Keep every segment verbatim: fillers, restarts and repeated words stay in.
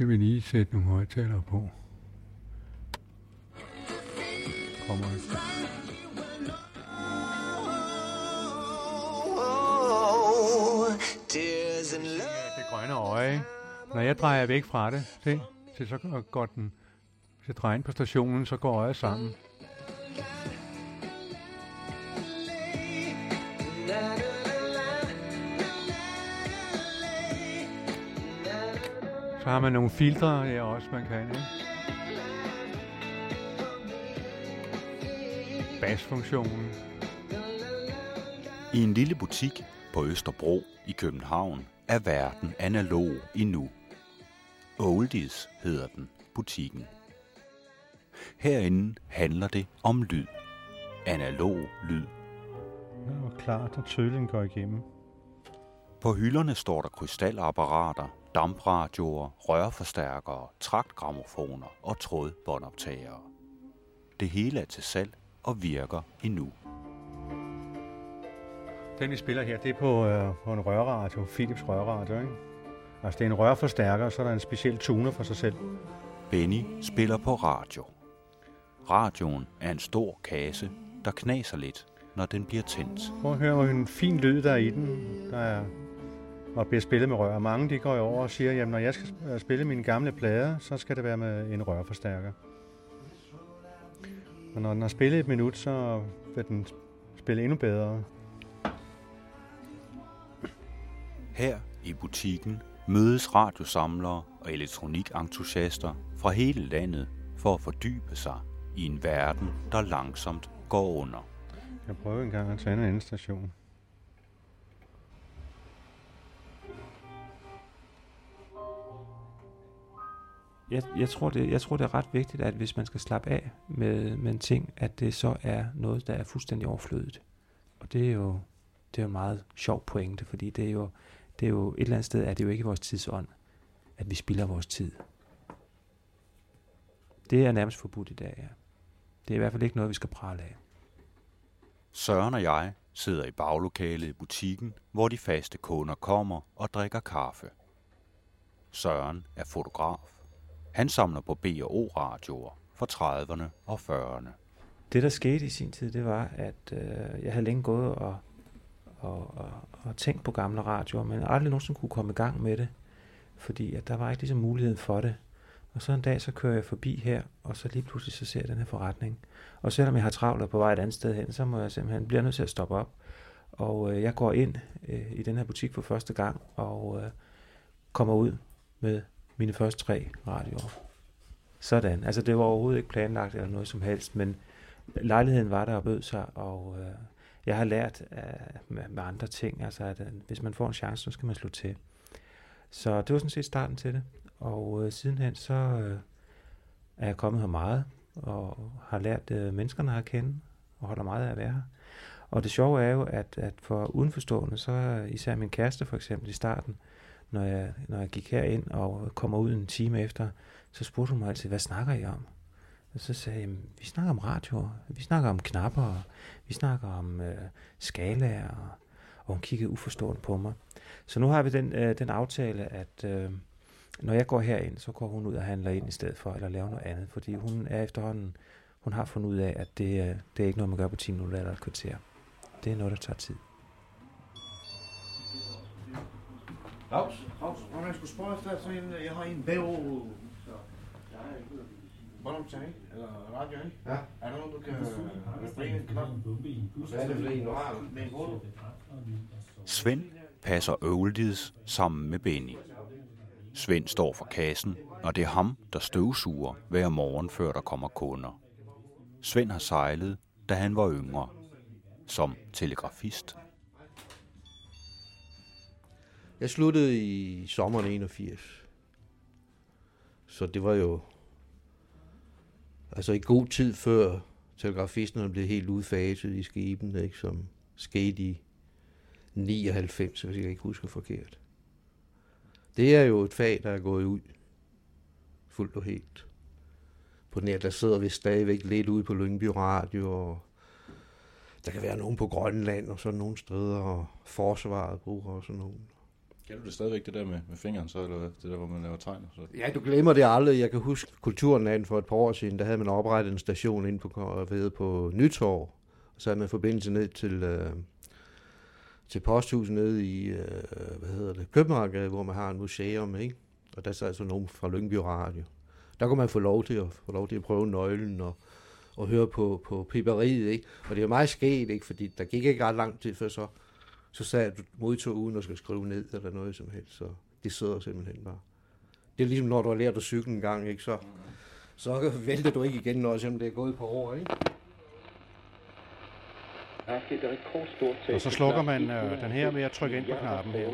Skal vi lige sætte nogle højtalere på? Kommer det. Det grønne øje, ikke? Når jeg drejer væk fra det, se, så, så går den, hvis jeg drejer ind på stationen, så går øjet sammen. Så har man nogle filtre her også, man kan, ikke? Basfunktionen. I en lille butik på Østerbro i København er verden analog endnu. Oldies hedder den, butikken. Herinde handler det om lyd. Analog lyd. Det var klart, at tydeligt går igennem. På hylderne står der krystalapparater, dampradioer, rørforstærkere, traktgrammofoner og trådbåndoptagere. Det hele er til salg og virker endnu. Den vi spiller her, det er på, øh, på en rørradio, Philips rørradio, ikke? Altså det er en rørforstærker, og så er der en speciel tuner for sig selv. Benny spiller på radio. Radioen er en stor kasse, der knaser lidt, når den bliver tændt. Prøv at høre, hvor en fin lyd der er i den, der er, og bliver spillet med rør. Mange de går over og siger, jamen når jeg skal spille mine gamle plader, så skal det være med en rørforstærker. Og når den har spillet et minut, så vil den spille endnu bedre. Her i butikken mødes radiosamlere og elektronikentusiaster fra hele landet for at fordybe sig i en verden, der langsomt går under. Jeg prøver engang at tage en anden station. Jeg, jeg, tror det, jeg tror, det er ret vigtigt, at hvis man skal slappe af med, med en ting, at det så er noget, der er fuldstændig overflødigt. Og det er jo, det er jo en meget sjov pointe, fordi det er jo, det er jo et eller andet sted, at det jo ikke vores tidsånd, at vi spilder vores tid. Det er nærmest forbudt i dag, ja. Det er i hvert fald ikke noget, vi skal prale af. Søren og jeg sidder i baglokalet i butikken, hvor de faste kunder kommer og drikker kaffe. Søren er fotograf. Han samler på B og O-radioer fra trediverne og fyrrerne. Det, der skete i sin tid, det var, at øh, jeg havde længe gået og, og, og, og tænkt på gamle radioer, men aldrig nogensinde kunne komme i gang med det, fordi at der var ikke ligesom mulighed for det. Og så en dag, så kører jeg forbi her, og så lige pludselig så ser jeg den her forretning. Og selvom jeg har travlt og på vej et andet sted hen, så må jeg simpelthen blive nødt til at stoppe op. Og øh, jeg går ind øh, i den her butik for første gang, og øh, kommer ud med mine første tre radioer. Sådan. Altså det var overhovedet ikke planlagt eller noget som helst, men lejligheden var der og bød sig, og øh, jeg har lært øh, med, med andre ting, altså at øh, hvis man får en chance, så skal man slå til. Så det var sådan set starten til det. Og øh, sidenhen så øh, er jeg kommet her meget, og har lært øh, menneskerne at kende, og holder meget af at være her. Og det sjove er jo, at, at for udenforstående, så især min kæreste for eksempel i starten, når jeg, når jeg gik herind og kommer ud en time efter, så spurgte hun mig altid, hvad snakker I om? Og så sagde jeg, vi snakker om radioer, vi snakker om knapper, vi snakker om øh, skalaer, og, og hun kiggede uforstående på mig. Så nu har vi den, øh, den aftale, at øh, når jeg går herind, så går hun ud og handler ind i stedet for, eller laver noget andet, fordi hun er efterhånden, hun har fundet ud af, at det, det er ikke noget, man gør på ti minutter eller et kvarter. Det er noget, der tager tid. Claus, Claus, om jeg skulle spørge efter sådan en, jeg har en bagov, så båndoptag, eller radio, ikke? Ja. Er der nogen, du kan bringe en knap? Hvad er det for en, du har med en hoved? Svend passer oldies sammen med Benny. Svend står for kassen, og det er ham, der støvsuger hver morgen, før der kommer kunder. Svend har sejlet, da han var yngre, som telegrafist. Jeg sluttede i sommeren enogfirs. Så det var jo altså i god tid før telegrafisterne blev helt udfaset i skibene, ikke, som skete i nioghalvfems, hvis jeg ikke husker forkert. Det er jo et fag, der er gået ud fuldt og helt. På den her, der sidder vi stadigvæk lidt ude på Lyngby Radio, og der kan være nogen på Grønland og sådan nogle steder, og forsvaret bruger og sådan nogen. Kan du det stadigvæk, det der med, med fingeren så, eller det der, hvor man laver tegn? Så? Ja, du glemmer det aldrig. Jeg kan huske Kulturnatten for et par år siden, der havde man oprettet en station inde på, ved, på Nytorv, og så havde man forbindelse ned til, øh, til posthuset nede i, øh, hvad hedder det, København, hvor man har en museum, ikke? Og der er altså nogen fra Lyngby Radio. Der kunne man få lov til at, få lov til at prøve nøglen og, og høre på, på piberiet, ikke? Og det er meget sket, ikke? Fordi der gik ikke ret lang tid før så, så sagde du modtog uden at skal skrive ned eller noget som helst, så det sidder simpelthen bare. Det er ligesom når du har lært at cykle en gang, ikke? Så, så vælter du ikke igen, når selvom det er gået på år, ikke? Og så slukker man øh, den her ved at trykke ind på knappen her.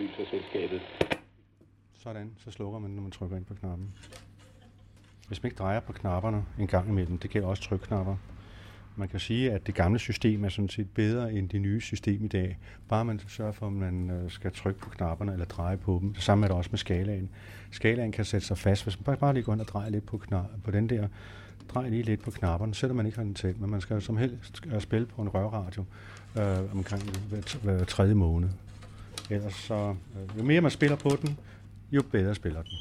Sådan, så slukker man, når man trykker ind på knappen. Hvis man ikke drejer på knapperne en gang imellem, det gælder også trykknapper. Man kan sige, at det gamle system er sådan set bedre end det nye system i dag. Bare man sørger for, at man skal trykke på knapperne eller dreje på dem. Det samme er det også med skalaen. Skalaen kan sætte sig fast, hvis man bare lige går hen og drejer lidt på, knap- på den der. Drej lige lidt på knapperne, selvom man ikke har den til. Men man skal som helst spille på en rørradio øh, omkring hver, hver tredje måned. Ellers så, øh, jo mere man spiller på den, jo bedre spiller den.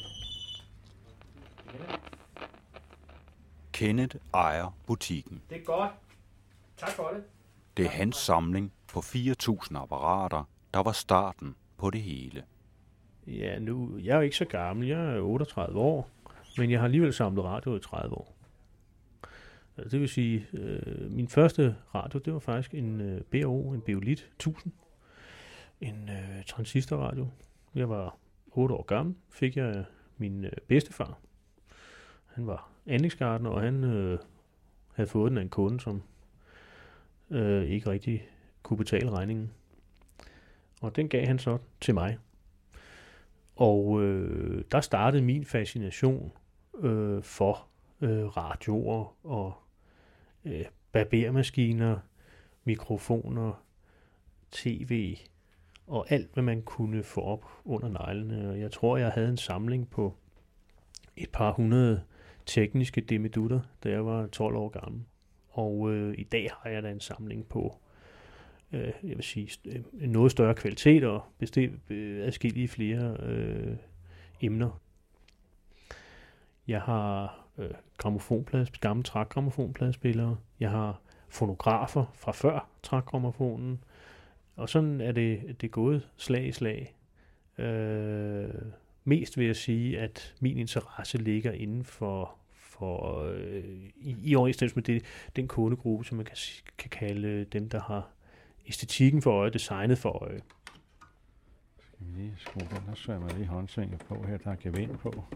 Kenneth ejer butikken. Det er godt. Tak for det. Det er hans samling på fire tusind apparater, der var starten på det hele. Ja, nu, jeg er jo ikke så gammel. Jeg er otteogtredive år, men jeg har alligevel samlet radio i tredive år. Det vil sige, øh, min første radio, det var faktisk en øh, B O, en Beolit tusind. En øh, transistorradio. Jeg var otte år gammel, fik jeg min øh, bedstefar. Han var anlægsgartner, og han øh, havde fået den af en kunde, som øh, ikke rigtig kunne betale regningen. Og den gav han så til mig. Og øh, der startede min fascination øh, for øh, radioer og øh, barbermaskiner, mikrofoner, tv og alt, hvad man kunne få op under neglene. Jeg tror, jeg havde en samling på et par hundrede tekniske dimidutter, da jeg var tolv år gammel. Og øh, i dag har jeg da en samling på øh, jeg vil sige, øh, noget større kvalitet og bestemt øh, adskillige flere øh, emner. Jeg har øh, grammofonplade, gamle trækgrammofonpladespillere. Jeg har fonografer fra før trækgrammofonen. Og sådan er det, det gået slag i slag. Øh, mest vil jeg sige, at min interesse ligger inden for, for øh, i, i overensstemmelse med det, den kundegruppe, som man kan, kan kalde dem, der har æstetikken for øje, designet for øje. Skal vi lige skrue den, der søger man lige håndsvinger på her, der er gevind på.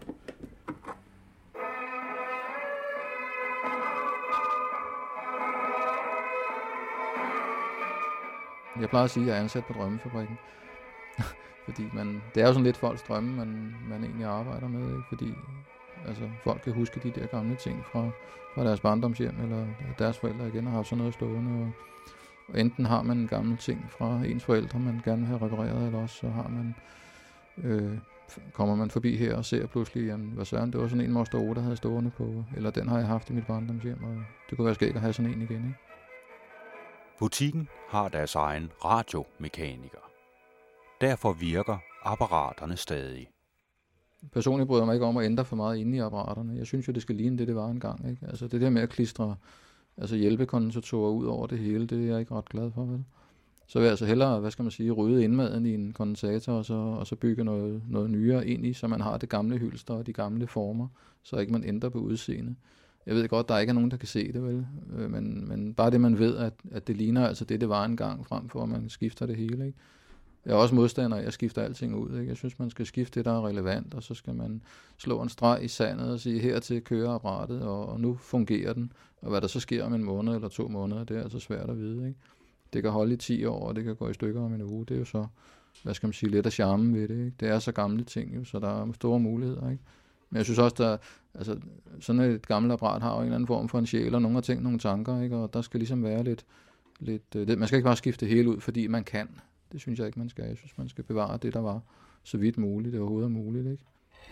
Jeg plejer at sige, at jeg er ansat på Drømmefabrikken. Fordi man, det er jo sådan lidt folks drømme, man, man egentlig arbejder med, ikke? Fordi altså, folk kan huske de der gamle ting fra, fra deres barndomshjem, eller deres forældre igen har haft sådan noget stående. Og, og enten har man en gammel ting fra ens forældre, man gerne vil have repareret, eller også så har man, øh, kommer man forbi her og ser pludselig, jamen hvad søren, det var sådan en Moster O, der havde stående på, eller den har jeg haft i mit barndomshjem, og det kunne være skægt at have sådan en igen, ikke? Butikken har deres egen radiomekaniker. Derfor virker apparaterne stadig. Personligt bryder jeg mig ikke om at ændre for meget inde i apparaterne. Jeg synes jo, det skal ligne det, det var engang, ikke? Altså det der med at klistre altså hjælpekondensatorer ud over det hele, det er jeg ikke ret glad for, vel? Så vil jeg altså hellere, hvad skal man sige, rydde indmaden i en kondensator, og så, og så bygge noget, noget nyere ind i, så man har det gamle hylster og de gamle former, så ikke man ændrer på udseendet. Jeg ved godt, der ikke er nogen, der kan se det, vel? Men, men bare det, man ved, at, at det ligner altså det, det var engang, frem for at man skifter det hele, ikke? Jeg er også modstander, jeg skifter alting ud, ikke? Jeg synes, man skal skifte det, der er relevant, og så skal man slå en streg i sandet og sige, hertil kører apparatet, og, og nu fungerer den. Og hvad der så sker om en måned eller to måneder, det er altså svært at vide, ikke? Det kan holde i ti år, og det kan gå i stykker om en uge. Det er jo så, hvad skal man sige, lidt af charmen ved det, ikke? Det er så gamle ting, jo, så der er store muligheder, ikke? Men jeg synes også, der, altså, sådan et gammelt apparat har jo en eller anden form for en sjæl, og nogle har tænkt nogle tanker, ikke? Og der skal ligesom være lidt, lidt det, man skal ikke bare skifte det hele ud, fordi man kan. Det synes jeg ikke, man skal. Jeg synes, man skal bevare det, der var så vidt muligt, det overhovedet er muligt, ikke?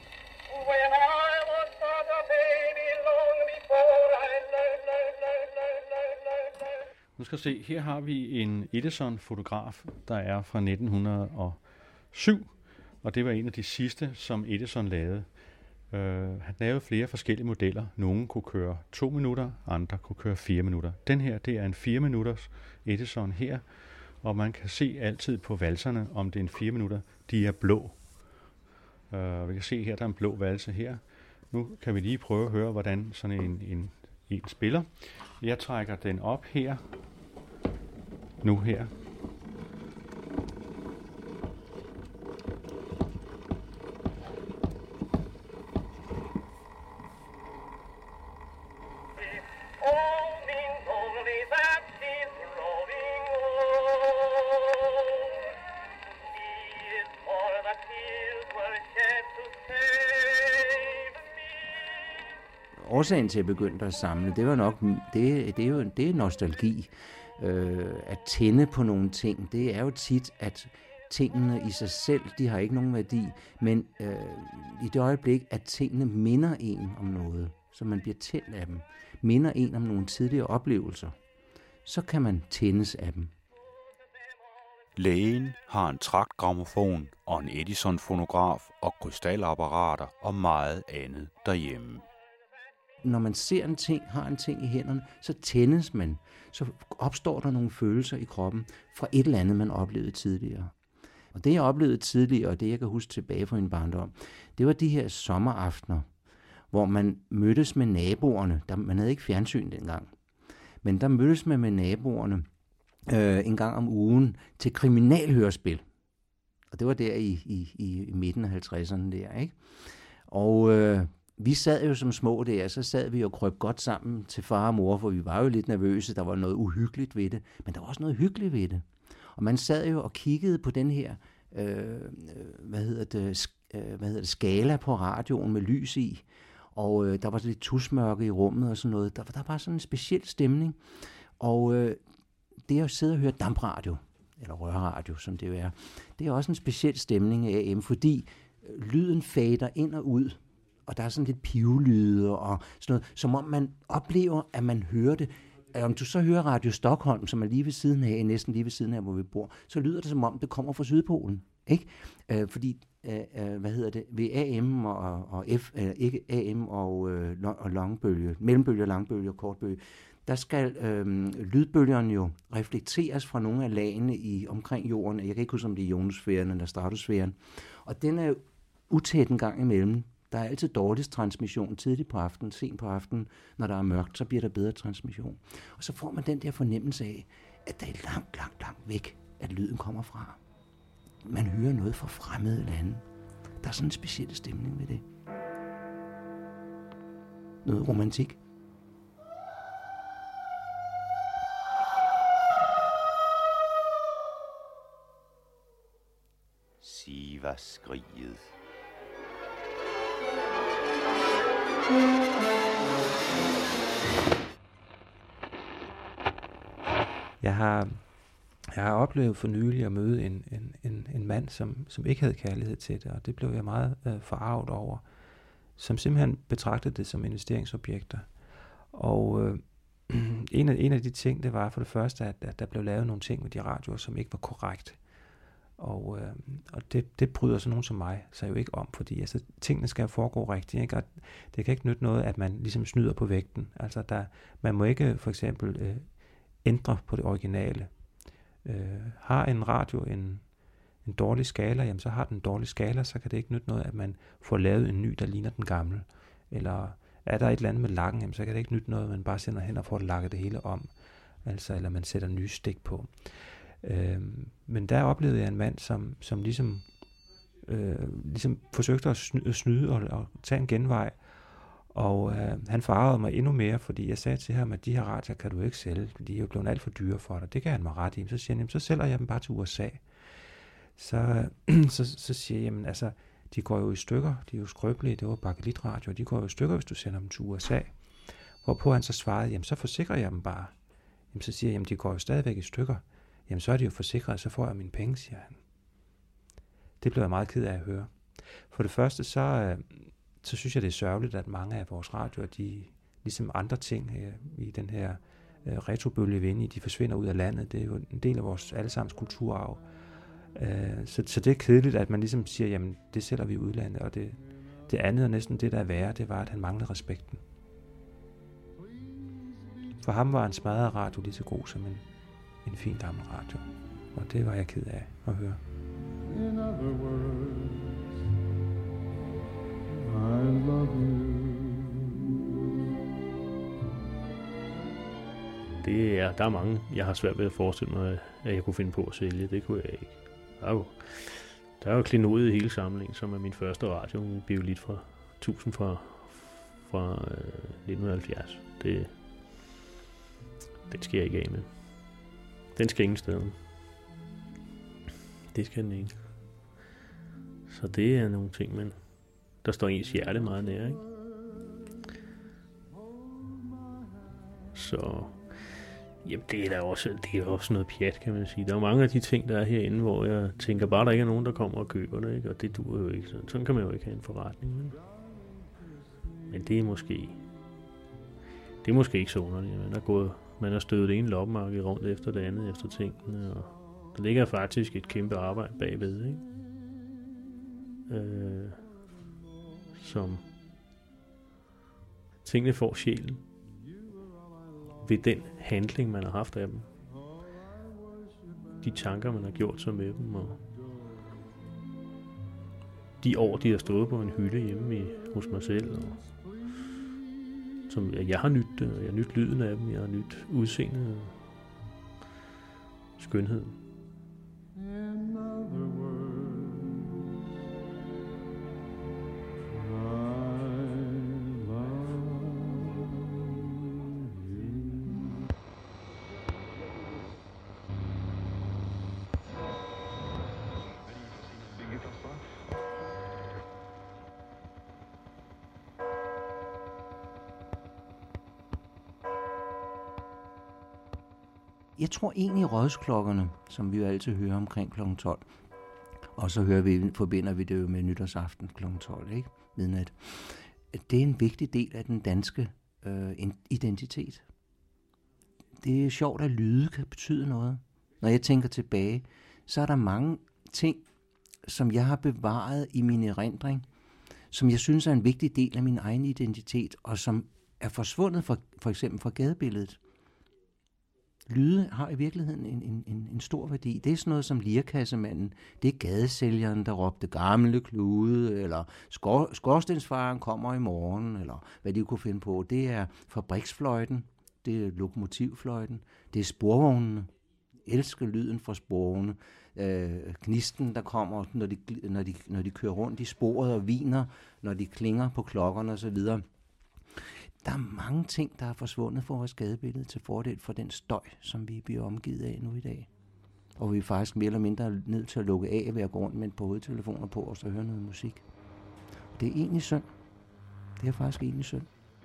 Nu skal vi se, her har vi en Edison-fotograf, der er fra nitten hundrede og syv. og det var en af de sidste, som Edison lavede. Uh, han lavede flere forskellige modeller. Nogle kunne køre to minutter, andre kunne køre fire minutter. Den her, det er en fire minutters Edison her, og man kan se altid på valserne, om det er en fire minutter. De er blå. Uh, vi kan se her, der er en blå valse her. Nu kan vi lige prøve at høre, hvordan sådan en, en, en spiller. Jeg trækker den op her. Nu her. Årsagen til at begynde at samle, det var nok, det, det er jo det er nostalgi. Øh, at tænde på nogle ting, det er jo tit, at tingene i sig selv, de har ikke nogen værdi, men øh, i det øjeblik, at tingene minder en om noget, så man bliver tændt af dem, minder en om nogle tidligere oplevelser, så kan man tændes af dem. Lægen har en traktgrammofon og en Edison-fonograf og krystalapparater og meget andet derhjemme. Når man ser en ting, har en ting i hænderne, så tændes man. Så opstår der nogle følelser i kroppen fra et eller andet, man oplevede tidligere. Og det, jeg oplevede tidligere, og det, jeg kan huske tilbage fra min barndom, det var de her sommeraftener, hvor man mødtes med naboerne. Der, man havde ikke fjernsyn dengang. Men der mødtes man med naboerne øh, en gang om ugen til kriminalhørespil. Og det var der i, i, i midten af halvtredserne der, ikke? Og øh, vi sad jo som små der, så sad vi og krøb godt sammen til far og mor, for vi var jo lidt nervøse, der var noget uhyggeligt ved det, men der var også noget hyggeligt ved det. Og man sad jo og kiggede på den her, øh, hvad hedder det, øh, hvad hedder det, skala på radioen med lys i, og øh, der var lidt tusmørke i rummet og sådan noget. Der, der var sådan en speciel stemning, og øh, det at sidde og høre dampradio, eller rørradio, som det jo er, det er også en speciel stemning af A M, fordi lyden fader ind og ud, og der er sådan lidt pivelyde og sådan noget, som om man oplever, at man hører det. Om du så hører Radio Stockholm, som er lige ved siden af, næsten lige ved siden af, hvor vi bor, så lyder det, som om det kommer fra Sydpolen, ikke? Øh, fordi, øh, hvad hedder det, ved A M og, og F, øh, ikke A M og, øh, og langbølge, mellembølge, langbølge og kortbølge, der skal øh, lydbølgerne jo reflekteres fra nogle af lagene i, omkring jorden. Jeg kan ikke huske, om det er ionosfæren eller stratosfæren. Og den er utæt en gang imellem. Der er altid dårligst transmission tidligt på aftenen, sent på aftenen. Når der er mørkt, så bliver der bedre transmission. Og så får man den der fornemmelse af, at det er langt, langt, langt væk, at lyden kommer fra. Man hører noget fra fremmede lande. Der er sådan en speciel stemning ved det. Noget romantik. Siva-skriget. Jeg har, jeg har oplevet for nylig at møde en, en, en, en mand, som, som ikke havde kærlighed til det, og det blev jeg meget øh, forarvet over, som simpelthen betragtede det som investeringsobjekter. Og øh, en, af, en af de ting, det var for det første, at, at der blev lavet nogle ting med de radioer, som ikke var korrekt. Og, øh, og det, det bryder sådan nogen som mig sig jo ikke om, fordi altså, tingene skal foregå rigtigt, ikke? Og det kan ikke nytte noget, at man ligesom snyder på vægten. Altså, der, man må ikke for eksempel øh, ændre på det originale. Øh, har en radio en, en dårlig skala, jamen så har den en dårlig skala, så kan det ikke nytte noget, at man får lavet en ny, der ligner den gamle. Eller er der et eller andet med lakken, jamen så kan det ikke nytte noget, at man bare sender hen og får lakket det hele om. Altså, eller man sætter nye stik på. Øh, men der oplevede jeg en mand, som, som ligesom, øh, ligesom forsøgte at snyde, snyde og, og tage en genvej. Og øh, han farvede mig endnu mere, fordi jeg sagde til ham, at de her radioer kan du ikke sælge, de er jo blevet alt for dyre for dig. Det kan han mig ret i. Så siger han, så sælger jeg dem bare til U S A. Så, så, så siger jeg, jamen altså, de går jo i stykker, de er jo skrøbelige, det var bakelitradio, de går jo i stykker, hvis du sender dem til U S A. Hvorpå han så svarede, jamen så forsikrer jeg dem bare. Jamen så siger jeg, jamen de går jo stadigvæk i stykker. Jamen så er de jo forsikret, så får jeg mine penge, siger han. Det blev jeg meget ked af at høre. For det første, så, øh, så synes jeg, det er sørgeligt, at mange af vores radioer, de ligesom andre ting øh, i den her øh, retrobølge vinde, de forsvinder ud af landet. Det er jo en del af vores allesammens kulturarv. Øh, så, så det er kedeligt, at man ligesom siger, jamen det sælger vi i udlandet, og det, det andet er næsten det, der er værre, det var, at han manglede respekten. For ham var en smadret radio lige så god som en, en fin gammel radio, og det var jeg ked af at høre. In other words, I love you. Det er, der er mange, jeg har svært ved at forestille mig, at jeg kunne finde på at sælge. Det kunne jeg ikke. Der er jo, der er jo Klenode i hele samlingen, som er min første radio, en Biolit fra tusind fra, fra øh, nitten halvfjerds. Det, den skal jeg ikke af med. Den skal ingen steder. Det skal den ikke. Så det er nogle ting, men der står ens hjerte meget nær, ikke? Så jamen, det er da også, det er også noget pjat, kan man sige. Der er mange af de ting, der er herinde, hvor jeg tænker bare, der ikke er nogen, der kommer og køber det, ikke? Og det duer jo ikke. Sådan, sådan kan man jo ikke have en forretning. Men, men det er måske det er måske ikke så underligt. Man har gået, man har støvet det ene loppemarked rundt efter det andet efter tingene, og der ligger faktisk et kæmpe arbejde bagved, ikke? Øh, som tingene får sjælen ved den handling, man har haft af dem. De tanker, man har gjort sig med dem, og de år, de har stået på en hylde hjemme i, hos mig selv, og som jeg har nydt det, og jeg har nydt lyden af dem, jeg har nydt udseendet og skønheden. Jeg tror egentlig rådsklokkerne, som vi jo altid hører omkring klokken tolv, og så hører vi, forbinder vi det jo med nytårsaften klokken tolv, ikke? Midnat. Det er en vigtig del af den danske øh, identitet. Det er sjovt, at lyde kan betyde noget. Når jeg tænker tilbage, så er der mange ting, som jeg har bevaret i min erindring, som jeg synes er en vigtig del af min egen identitet, og som er forsvundet for, for eksempel fra gadebilledet. Lyde har i virkeligheden en, en, en, en stor værdi. Det er sådan noget som lirkassemanden. Det er gadesælgeren, der råbte gamle klude, eller skor, skorstensfaren kommer i morgen, eller hvad de kunne finde på. Det er fabriksfløjten, det er lokomotivfløjten, det er sporvognene. Jeg elsker lyden fra sporvogne. Øh, gnisten, der kommer, når de, når, de, når de kører rundt i sporet og viner, når de klinger på klokkerne osv. Der er mange ting, der er forsvundet fra vores gadebillede til fordel for den støj, som vi bliver omgivet af nu i dag. Og vi er faktisk mere eller mindre nødt til at lukke af ved at gå rundt med et par hovedtelefoner på og så høre noget musik. Det er egentlig synd. Det er faktisk egentlig synd.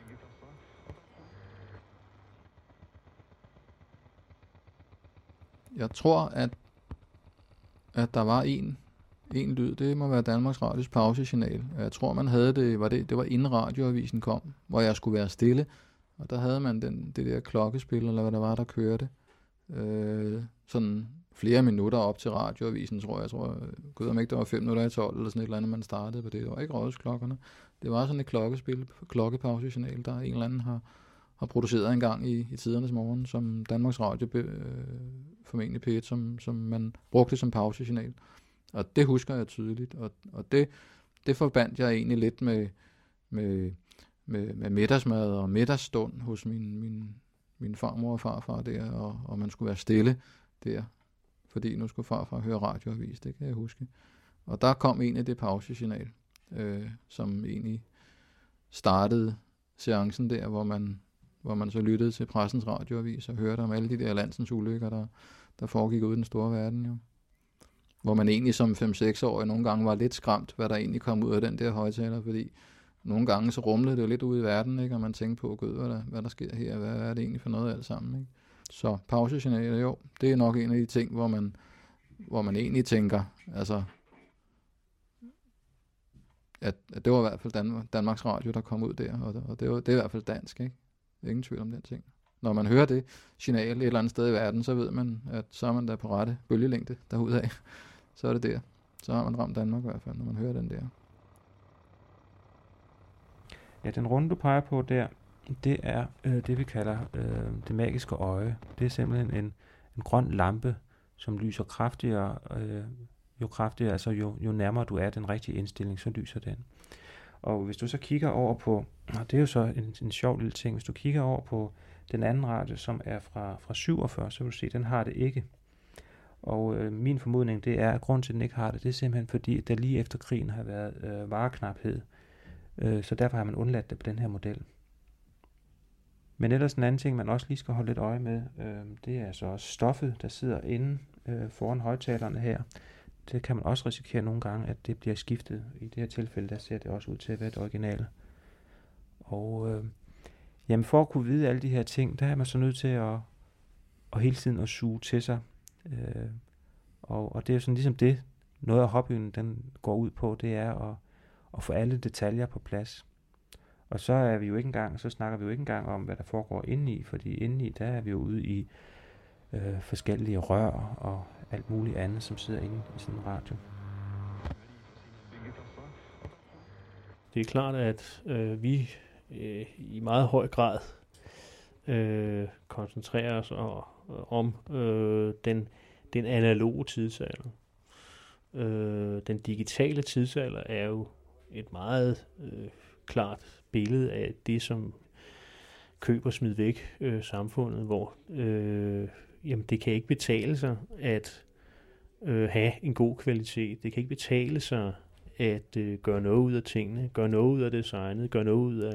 Jeg tror, at, at der var en, en lyd. Det må være Danmarks Radios pausesignal. Jeg tror, man havde det, var det, det var inden radioavisen kom, hvor jeg skulle være stille. Og der havde man den, det der klokkespil, eller hvad der var, der kørte. Øh, sådan flere minutter op til radioavisen, tror jeg. Jeg tror, gud om ikke, der var fem minutter i tolv, eller sådan et eller andet, man startede på det. Det var ikke rådsklokkerne. Det var sådan et klokkespil, klokkepausesignal, der en eller anden har, har produceret en gang i, i tidernes morgen, som Danmarks Radio, øh, formentlig P et, som, som man brugte som pausesignal. Og det husker jeg tydeligt, og, og det, det forbandt jeg egentlig lidt med, med, med, med middagsmad og middagsstund hos min, min, min farmor og farfar der, og, og man skulle være stille der, fordi nu skulle farfar høre radioavis, det kan jeg huske. Og der kom egentlig det pausesignal, øh, som egentlig startede seancen der, hvor man, hvor man så lyttede til pressens radioavis og hørte om alle de der landsens ulykker, der, der foregik ude i den store verden, jo. Hvor man egentlig som fem-seks-årig nogle gange var lidt skræmt, hvad der egentlig kom ud af den der højtaler, fordi nogle gange så rumlede det jo lidt ud i verden, ikke? Og man tænkte på, gud, hvad der, hvad der sker her, hvad er det egentlig for noget alt sammen, ikke? Så pausesignaler, jo, det er nok en af de ting, hvor man, hvor man egentlig tænker, altså, at, at det var i hvert fald Danmark, Danmarks Radio, der kom ud der, og, og det, var, det er i hvert fald dansk, ikke? Ingen tvivl om den ting. Når man hører det signal et eller andet sted i verden, så ved man, at så er man der på rette bølgelængde derudaf. så er det der. Så har man ramt Danmark i hvert fald, når man hører den der. Ja, den runde, du peger på der, det er øh, det, vi kalder øh, det magiske øje. Det er simpelthen en, en grøn lampe, som lyser kraftigere. Øh, jo kraftigere, altså jo, jo nærmere du er den rigtige indstilling, så lyser den. Og hvis du så kigger over på, og det er jo så en, en sjov lille ting, hvis du kigger over på den anden radio, som er fra, fra syvogfyrre, så vil du se, at den har det ikke. Og øh, min formodning, det er, at grunden til, at den ikke har det, det er simpelthen fordi, at der lige efter krigen har været øh, vareknaphed. Øh, så derfor har man undladt det på den her model. Men ellers en anden ting, man også lige skal holde lidt øje med, øh, det er så også stoffet, der sidder inde øh, foran højtalerne her. Det kan man også risikere nogle gange, at det bliver skiftet. I det her tilfælde, der ser det også ud til at være et original. Og øh, jamen for at kunne vide alle de her ting, der er man så nødt til at, at hele tiden at suge til sig. Øh, og, og det er jo sådan ligesom det, noget af hobbyen den går ud på, det er at, at få alle detaljer på plads. Og så er vi jo ikke engang, så snakker vi jo ikke engang om, hvad der foregår indeni, fordi indeni, der er vi jo ude i øh, forskellige rør og alt muligt andet, som sidder inde i sådan en radio. Det er klart, at øh, vi øh, i meget høj grad øh, koncentrerer os og, om øh, den, den analoge tidsalder. Øh, den digitale tidsalder er jo et meget øh, klart billede af det, som køb og smid væk øh, samfundet, hvor øh, jamen, det kan ikke betale sig at øh, have en god kvalitet. Det kan ikke betale sig at øh, gøre noget ud af tingene, gøre noget ud af designet, gøre noget ud af,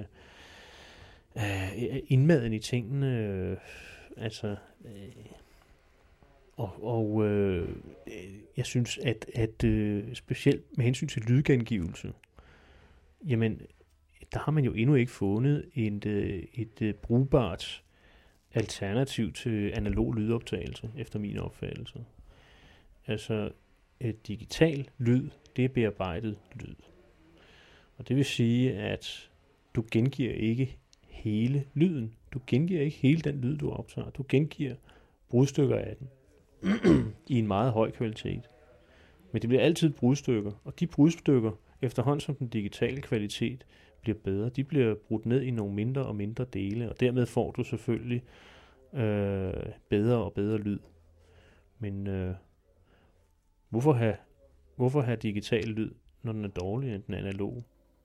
af indmaden i tingene. Øh, altså, øh, og, og øh, jeg synes, at, at øh, specielt med hensyn til lydgengivelse, jamen, der har man jo endnu ikke fundet et, et, et brugbart alternativ til analog lydoptagelse, efter min opfattelse. Altså, et digital lyd, det er bearbejdet lyd. Og det vil sige, at du gengiver ikke hele lyden. Du gengiver ikke hele den lyd, du optager. Du gengiver brudstykker af den i en meget høj kvalitet. Men det bliver altid brudstykker, og de brudstykker, efterhånden som den digitale kvalitet bliver bedre, de bliver brudt ned i nogle mindre og mindre dele, og dermed får du selvfølgelig øh, bedre og bedre lyd. Men øh, hvorfor have, hvorfor have digital lyd, når den er dårligere end den analoge?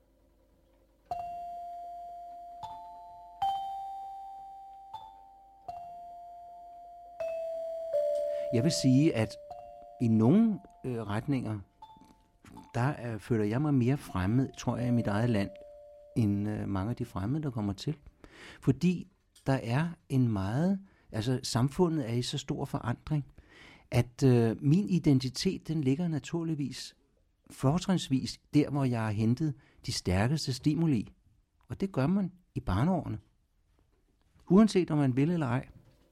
Jeg vil sige, at i nogle øh, retninger, der øh, føler jeg mig mere fremmed, tror jeg, i mit eget land, end øh, mange af de fremmede, der kommer til. Fordi der er en meget, altså samfundet er i så stor forandring, at øh, min identitet, den ligger naturligvis fortrinsvis der, hvor jeg har hentet de stærkeste stimuli. Og det gør man i barneårene. Uanset om man vil eller ej.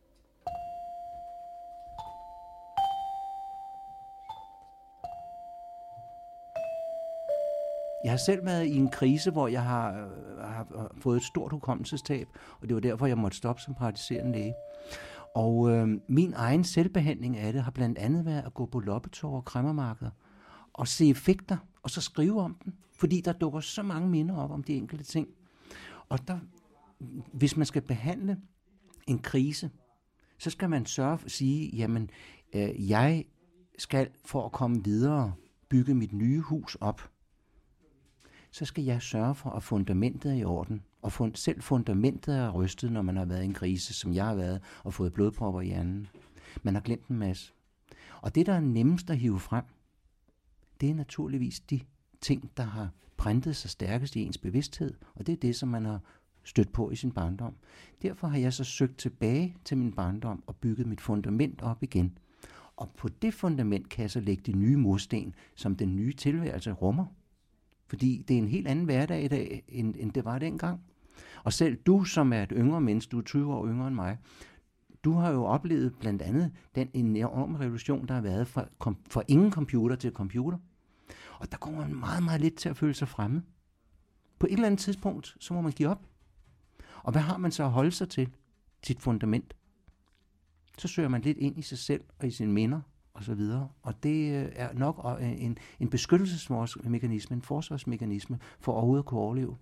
Jeg har selv været i en krise, hvor jeg har, har fået et stort hukommelsestab, og det var derfor, jeg måtte stoppe som praktiserende læge. Og øh, min egen selvbehandling af det har blandt andet været at gå på loppetorv og kræmmermarkeder og se effekter, og så skrive om dem, fordi der dukker så mange minder op om de enkelte ting. Og der, hvis man skal behandle en krise, så skal man sørge for at sige, jamen, øh, jeg skal for at komme videre bygge mit nye hus op. Så skal jeg sørge for, at fundamentet er i orden. Og fund, selv fundamentet er rystet, når man har været i en krise, som jeg har været, og fået blodpropper i hjernen. Man har glemt en masse. Og det, der er nemmest at hive frem, det er naturligvis de ting, der har printet sig stærkest i ens bevidsthed, og det er det, som man har stødt på i sin barndom. Derfor har jeg så søgt tilbage til min barndom og bygget mit fundament op igen. Og på det fundament kan jeg så lægge de nye mursten, som den nye tilværelse rummer. Fordi det er en helt anden hverdag i dag, end, end det var dengang. Og selv du, som er et yngre menneske, du er tyve år yngre end mig, du har jo oplevet blandt andet den enorme revolution, der har været fra, kom, fra ingen computer til computer. Og der går man meget, meget lidt til at føle sig fremme. På et eller andet tidspunkt, så må man give op. Og hvad har man så at holde sig til? Sit fundament. Så søger man lidt ind i sig selv og i sine minder, og så videre. Og det øh, er nok en, en beskyttelsesmekanisme, en forsvarsmekanisme for overhovedet at kunne overleve.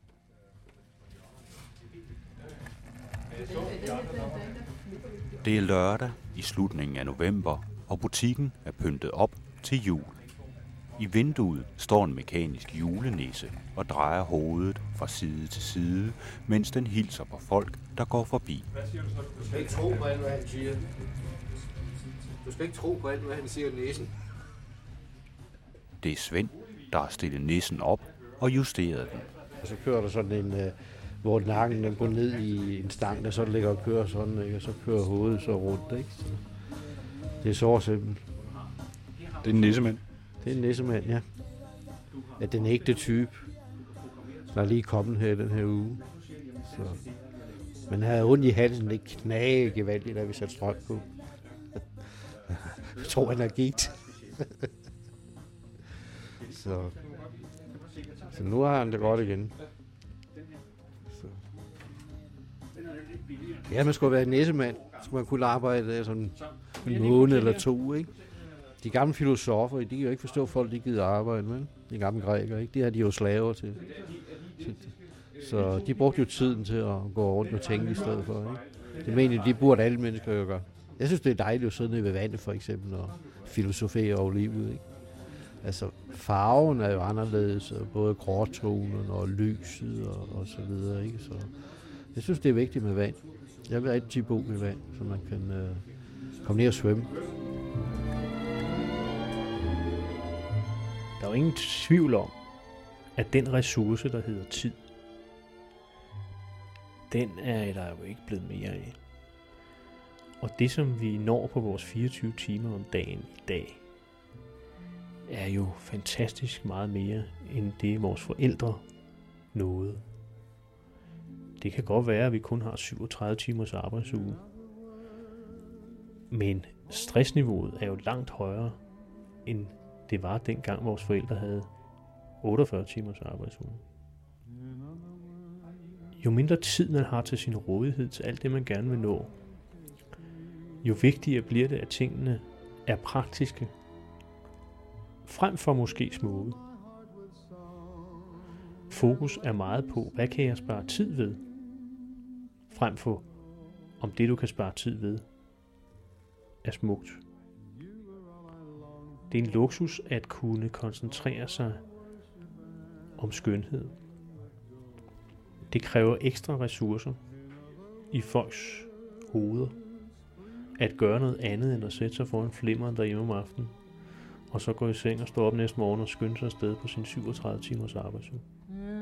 Det er lørdag i slutningen af november, og butikken er pyntet op til jul. I vinduet står en mekanisk julenisse og drejer hovedet fra side til side, mens den hilser på folk, der går forbi. Du skal ikke tro på alt, hvad han siger. Du skal ikke tro på alt, hvad han siger, nissen. Det er Svend, der har stillet nissen op og justeret den. Og så kører der sådan en, uh, hvor nakken den går ned i en stang, der så ligger og kører sådan, ikke? Og så kører hovedet så rundt, ikke? Så det er så simpelt. Det er en nissemand. Det er en nissemand, ja. Ja, den ægte type. Der er lige kommet her den her uge. Så. Men han havde ondt i halsen, ikke knage gevaldigt, da vi satte strøm på. Jeg tror, han er gigt. så. så nu har han det godt igen. Så. Ja, man skulle være en nissemand. Så skulle man kunne arbejde der sådan en måned eller to, ikke? De gamle filosofer, de kan jo ikke forstå, at folk de gider arbejde med. De gamle grækere, ikke? Det har de jo slaver til. Så de brugte jo tiden til at gå rundt og tænke i stedet for, ikke? Det mener de burde alle mennesker jo gøre. Jeg synes, det er dejligt at sidde nede ved vandet, for eksempel, og filosofere over livet, ikke? Altså, farven er jo anderledes, både gråtonen og lyset og, og så videre, ikke? Så jeg synes, det er vigtigt med vand. Jeg vil rigtig bo med vand, så man kan øh, komme ned og svømme. Der er jo ingen tvivl om, at den ressource, der hedder tid, den er der jo ikke blevet mere af. Og det, som vi når på vores fireogtyve timer om dagen i dag, er jo fantastisk meget mere, end det vores forældre nåede. Det kan godt være, at vi kun har syvogtredive timers arbejdsuge, men stressniveauet er jo langt højere, end det var dengang vores forældre havde otteogfyrre timers arbejdsuge. Jo mindre tid man har til sin rådighed til alt det, man gerne vil nå, jo vigtigere bliver det, at tingene er praktiske, frem for måske smukke. Fokus er meget på, hvad kan jeg spare tid ved, frem for om det, du kan spare tid ved, er smukt. Det er en luksus at kunne koncentrere sig om skønhed. Det kræver ekstra ressourcer i folks hoveder at gøre noget andet end at sætte sig foran flimmeren derhjemme om aftenen, og så gå i seng og stå op næste morgen og skynde sig afsted på sin syvogtredive timers arbejdsuge.